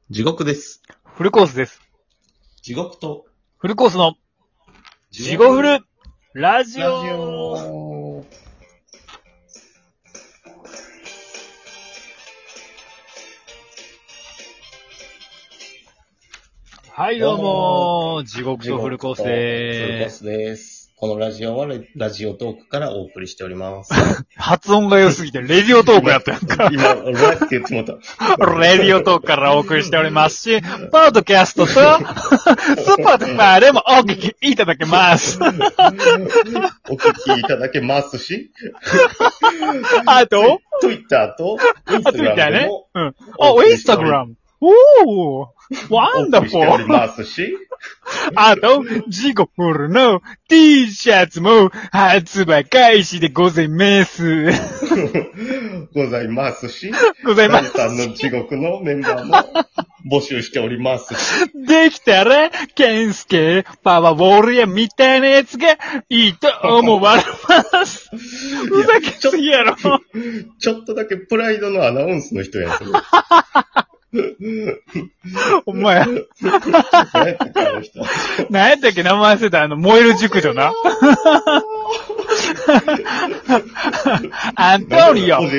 地獄です。 フルコースです。 地獄とフルコースの地獄フルラジオ。はいどうも地獄とフルコースでーす。 フルコースです。このラジオはラジオトークからお送りしております。 発音が良すぎてレディオトークやったやんか。 今、ラって言ってもた。 レディオトークからお送りしておりますし、ポッドキャストと、スーパーティファーでもお聞きいただけます。 お聞きいただけますし、 あと、 Twitter と、インスタグラムでも、 うん。インスタグラム。おーワンダフォー。 しておりますし、 あと、地獄フルの T シャツも発売開始でございます。 ございますし、 ございます。 さんの地獄のメンバーも募集しておりますし。 できたら、ケンスケ、パワーウォールやみたいなやつがいいと思われます。ふざけすぎやろ。 ちょっとだけプライドのアナウンスの人やん。 お前。何やったっけ名前忘れた燃える熟女な。アントニオ。ア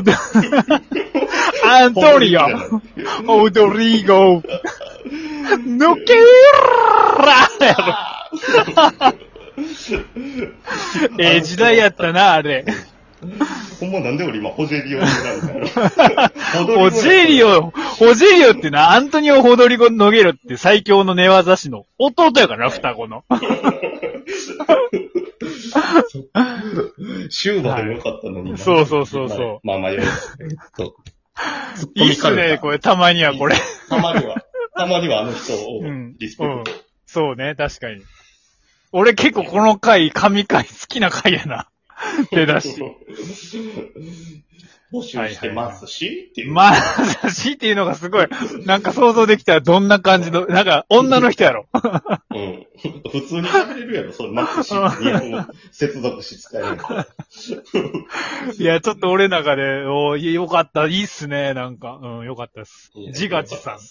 ントニオ。オドリーゴ。抜けーら時代やったな、あれ。 ほんまなんで俺今、ホジェリオになるんだろ。 ホジェリオってのはアントニオ・ホドリゴ・ノゲロって最強の寝技師の弟やからな、双子の。 シューバでもよかったのに。 そう。 まあ、いいいいっすね、これ、たまにはこれ。 たまにはあの人をリスペクト。 そうね、確かに。俺結構この回、神回好きな回やな。出だし。 募集してますし、っていう。 ますしっていうのがすごい、なんか想像できたらどんな感じの、なんか女の人やろ。 うん。普通に喋れるやろ、それますしって日本語接続詞使えるから。 いや、ちょっと俺の中で、よかった、いいっすね、なんか。うん、よかったです。自画自賛。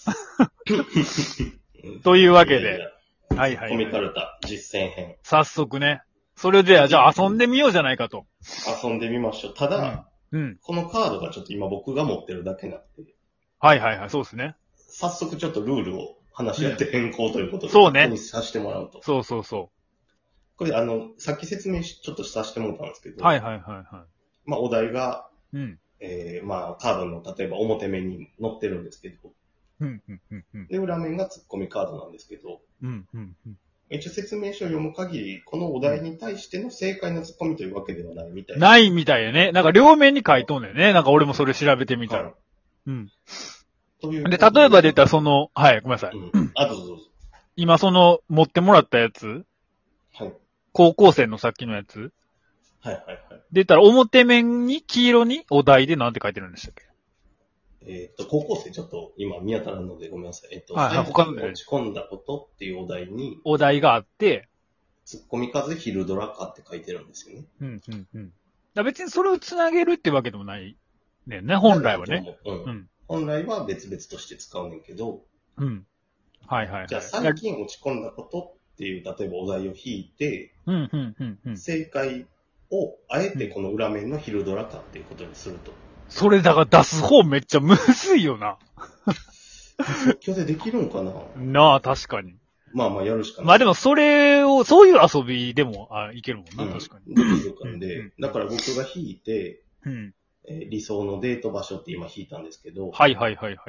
というわけで。はいはい。 コミカルタ実践編。 早速ね。それでは、じゃあ遊んでみようじゃないかと。 遊んでみましょう。ただ、このカードがちょっと今僕が持ってるだけなんで。 はい、そうですね。 早速ちょっとルールを話し合って変更ということで。 そうね。 にさせてもらうと。 そう。 これさっき説明ちょっとさせてもらったんですけど。 はい。 まあお題が、まあカードの例えば表面に載ってるんですけど。で、裏面が突っ込みカードなんですけど。一応説明書を読む限り、このお題に対しての正解の突っ込みというわけではないみたいな。 ないみたいよね。なんか両面に書いとんだよね。なんか俺もそれ調べてみたら。で、例えばで言ったらはい、ごめんなさい。どうぞ。 今持ってもらったやつ。 はい。 高校生のさっきのやつ。 はい。 で言ったら表面に黄色にお題でなんて書いてるんでしたっけ？ 高校生ちょっと今見当たらんのでごめんなさい。 他の落ち込んだことっていうお題に、 お題があって、 ツッコミ数ヒルドラカって書いてるんですよね。 別にそれをつなげるってわけでもないねんね、本来はね。 本来は別々として使うねんけど、 はい。 じゃあ最近落ち込んだことっていう、例えばお題を引いて、正解をあえてこの裏面のヒルドラカっていうことにすると。 それだから出す方めっちゃむずいよな。 即興でできるんかな？ なあ、確かに。 まあやるしかない。 まあでもそういう遊びでもいけるもんな、確かに。 できるかんで、だから僕が引いて、理想のデート場所って今引いたんですけど、 はい。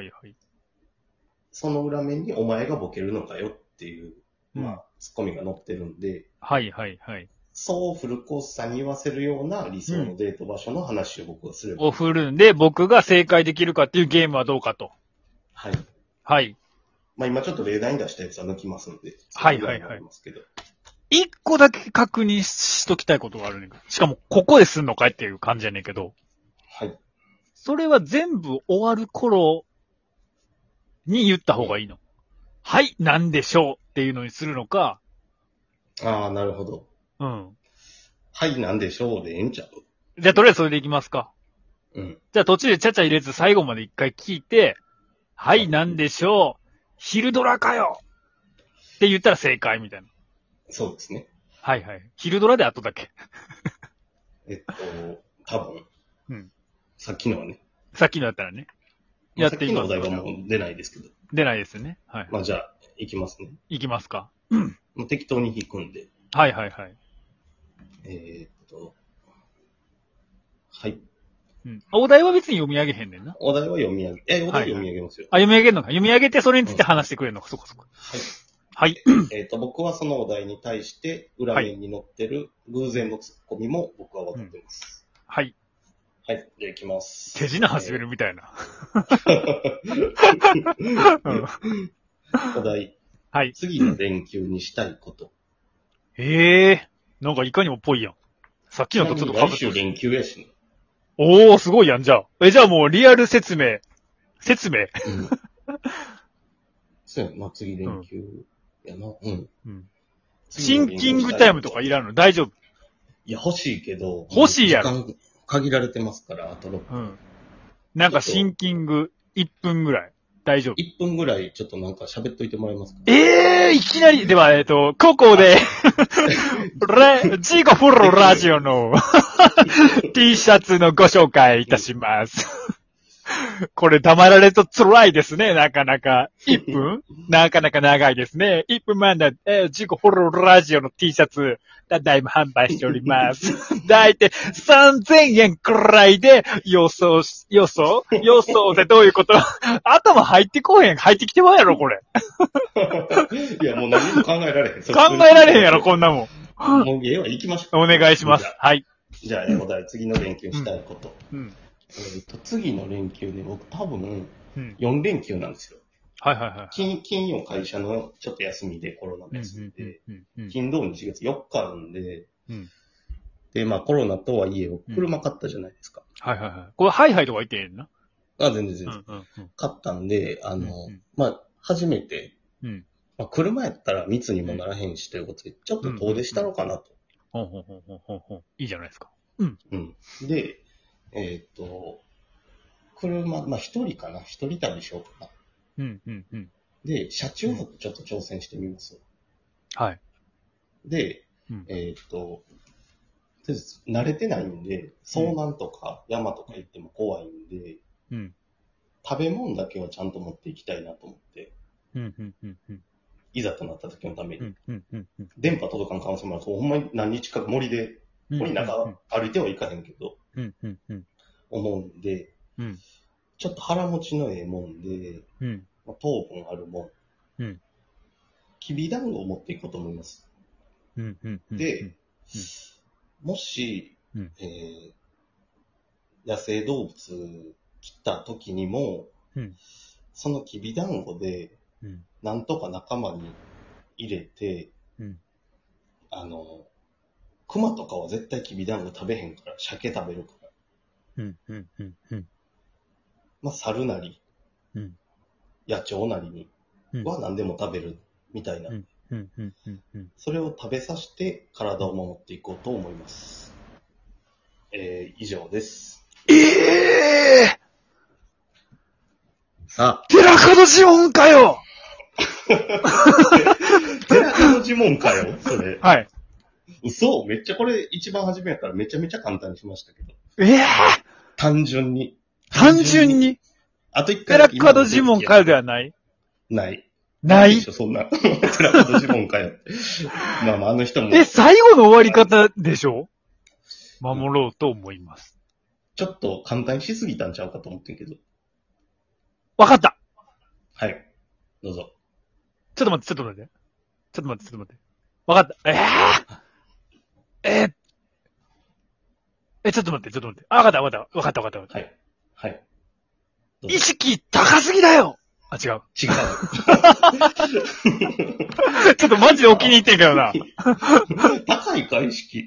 その裏面にお前がボケるのかよっていう、ツッコミが載ってるんで、 はい。 そうフルコースさんに言わせるような理想のデート場所の話を僕がすれば。 を振るんで、僕が正解できるかっていうゲームはどうかと。 はい。 はい。 まあ今ちょっと例題に出したやつは抜きますので。 はい。一個だけ確認しときたいことがあるねんけど。しかも、ここですんのかいっていう感じやねんけど。 はい。 それは全部終わる頃に言った方がいいの？はい、なんでしょうっていうのにするのか。 ああ、なるほど。はい、なんでしょうでええんちゃう？ じゃあとりあえずそれでいきますか。じゃあ途中でちゃちゃ入れず最後まで一回聞いて、 はい、なんでしょう。昼ドラかよって言ったら正解みたいな。 そうですね。 はいはい。昼ドラで後だけ。 多分。 うん。 さっきのはね。 さっきのだったらね。 やってみます。さっきのお題はもう出ないですけど。 出ないですね。はい。 まあじゃあ、いきますね。 いきますか。 もう適当に引くんで。 はいはいはい。 はい。 うん。お題は別に読み上げへんねんな。 お題は読み上げ、お題読み上げますよ。 はいはい、あ、読み上げるのか。読み上げてそれについて話してくれるのか。そこそこ。 はい。はい。僕はそのお題に対して、裏面に載ってる偶然のツッコミも僕は分かってます。 はい。 はい。じゃあ行きます。 手品始めるみたいな。 お題。 はい。 次の連休にしたいこと。 なんかいかにもぽいやん。さっきのとちょっと来週連休やしね。 おー、すごいやん、じゃあ。じゃあもうリアル説明。うん。 そうやな、次連休やな。うん。 うん。シンキングタイムとかいらんの大丈夫？ いや、欲しいけど。 欲しいやろ。 時間限られてますから、あと6分。 うん。なんかシンキング1分ぐらい。大丈夫。 1分ぐらいちょっとなんか喋っといてもらえますか？ いきなり、では、ここで、ジーゴフルラジオのT シャツのご紹介いたします。これ黙られると辛いですね、なかなか。1分なかなか長いですね。1分前だ、ジーゴフルラジオの T シャツ、ただいま販売しております。だいたい3000円くらいで予想ってどういうこと？頭入ってこへん。入ってきてまうやろ、これ。 いや、もう何も考えられへん。 考えられへんやろ、こんなもん。もう家は行きましょう。 お願いします。はい。 じゃあ、お題、次の連休したいこと。次の連休ね、僕多分、4連休なんですよ。 はいはいはい。 金曜会社のちょっと休みでコロナの休みで、金土日月4日あるんで、で、まあコロナとはいえ、車買ったじゃないですか。 はいはいはい。これハイハイとか言ってんな。 全然。買ったんで、まあ、初めて、まあ、車やったら密にもならへんしということで、ちょっと遠出したのかなと。 いいじゃないですか。 で、車、まあ一人かな。一人旅しようかな。で、車中泊ちょっと挑戦してみます。 はい。 で、慣れてないんで、遭難とか山とか行っても怖いんで、食べ物だけはちゃんと持っていきたいなと思って、いざとなった時のために、電波届かん可能性もあると、ほんまに何日か森の中歩いてはいかへんけど、思うんで、ちょっと腹持ちのええもんで、糖分あるもん、きびだんごを持っていこうと思います。で、もし、野生動物来た時にも、そのきびだんごで、なんとか仲間に入れて、熊とかは絶対きびだんご食べへんから、鮭食べるから。まあ、猿なり、野鳥なりには何でも食べるみたいな。それを食べさせて体を守っていこうと思います。以上です。 さあ。寺門呪文かよ寺門呪文かよそれ。 はい。 嘘めっちゃこれ一番初めやからめちゃめちゃ簡単にしましたけど。単純に。あと一回。 寺門呪文かよではないない。 ないそんな。寺門呪文かよ。まああの人も。 最後の終わり方でしょ？守ろうと思います。 ちょっと簡単にしすぎたんちゃうかと思ってんけど。 わかった。 はい。どうぞ。 ちょっと待って。わかった。ちょっと待って。わかった。 はい。はい。 意識高すぎだよ違う。ちょっとマジでお気に入ってんけどな。 高いか、意識。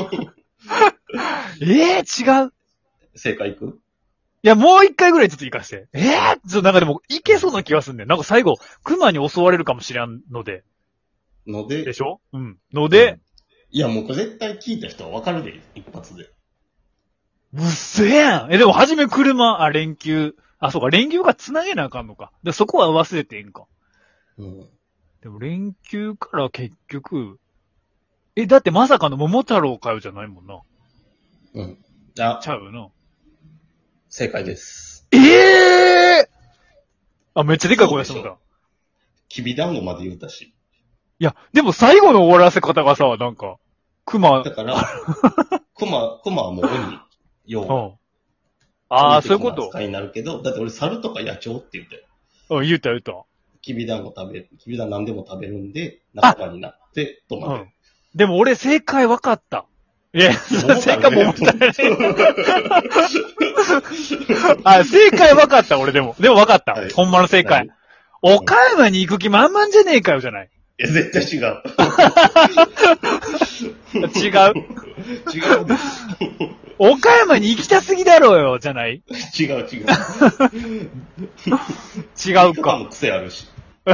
違う。 正解いく？ いや、もう一回ぐらいちょっと行かして。なんかでも、いけそうな気がすんねん。なんか最後、熊に襲われるかもしれんので。でしょ？ので、 いや、もうこれ絶対聞いた人はわかるで、一発で。 うっせえやん。でも、初め連休、 あ、そうか、連休が繋げなあかんのか。で、そこは忘れてんか。 うん。 でも連休から結局、だってまさかの桃太郎かよじゃないもんな。 うん。あ、 ちゃうよな。 正解です。 あ、めっちゃでかい声出してもらった。 きびだんごまで言うたし。 いや、でも最後の終わらせ方がさ、なんか、熊。 だから、熊はもう鬼、よう。 ああ、そういうこと。 扱いになるけど、だって俺猿とか野鳥って言ったよ。 言うた。 きびだんご食べる。きびだん何でも食べるんで、仲間になって、とまで。 でも俺正解分かった。いや、正解も思ったね。あ、正解分かった、俺でも。でも分かった。はい、ほんまの正解。岡山に行く気満々じゃねえかよ、じゃない。 いや、絶対違う。 違う岡山に行きたすぎだろうよ、じゃない違う。 違うか。 の癖あるし。 い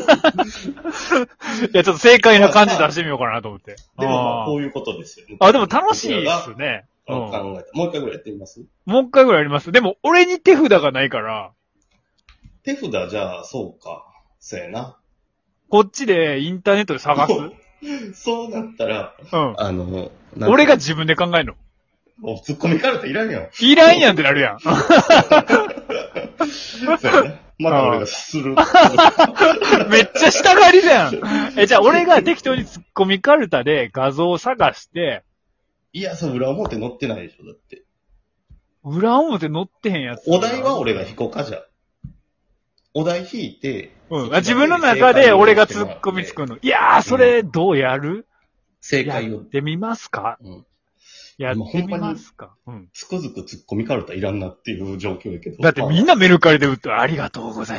や、ちょっと正解な感じ出してみようかなと思って。 でもまあ、こういうことですよね。 あ、でも楽しいですね。 考えた。もう一回ぐらいやってみます？ もう一回ぐらいやります。でも、俺に手札がないから。 手札じゃあ、そうか。そうやな。 こっちでインターネットで探すそうなったら、 俺が自分で考えるの。 もう突っ込みカルタいらんやん。 いらんやんってなるやん。 そうやね。まだ俺がする。 めっちゃ下がりじゃん。じゃあ俺が適当に突っ込みカルタで画像を探して、 いや、裏表載ってないでしょ、だって。 裏表載ってへんやつ。 お題は俺が引こうか、じゃあ。お題引いて、 自分の中で俺が突っ込みつくの。いやー、それどうやる？ 正解を。 やってみますか？やってみますか？ つくづく突っ込みカルタいらんなっていう状況やけど。 だってみんなメルカリで売ってありがとうございます。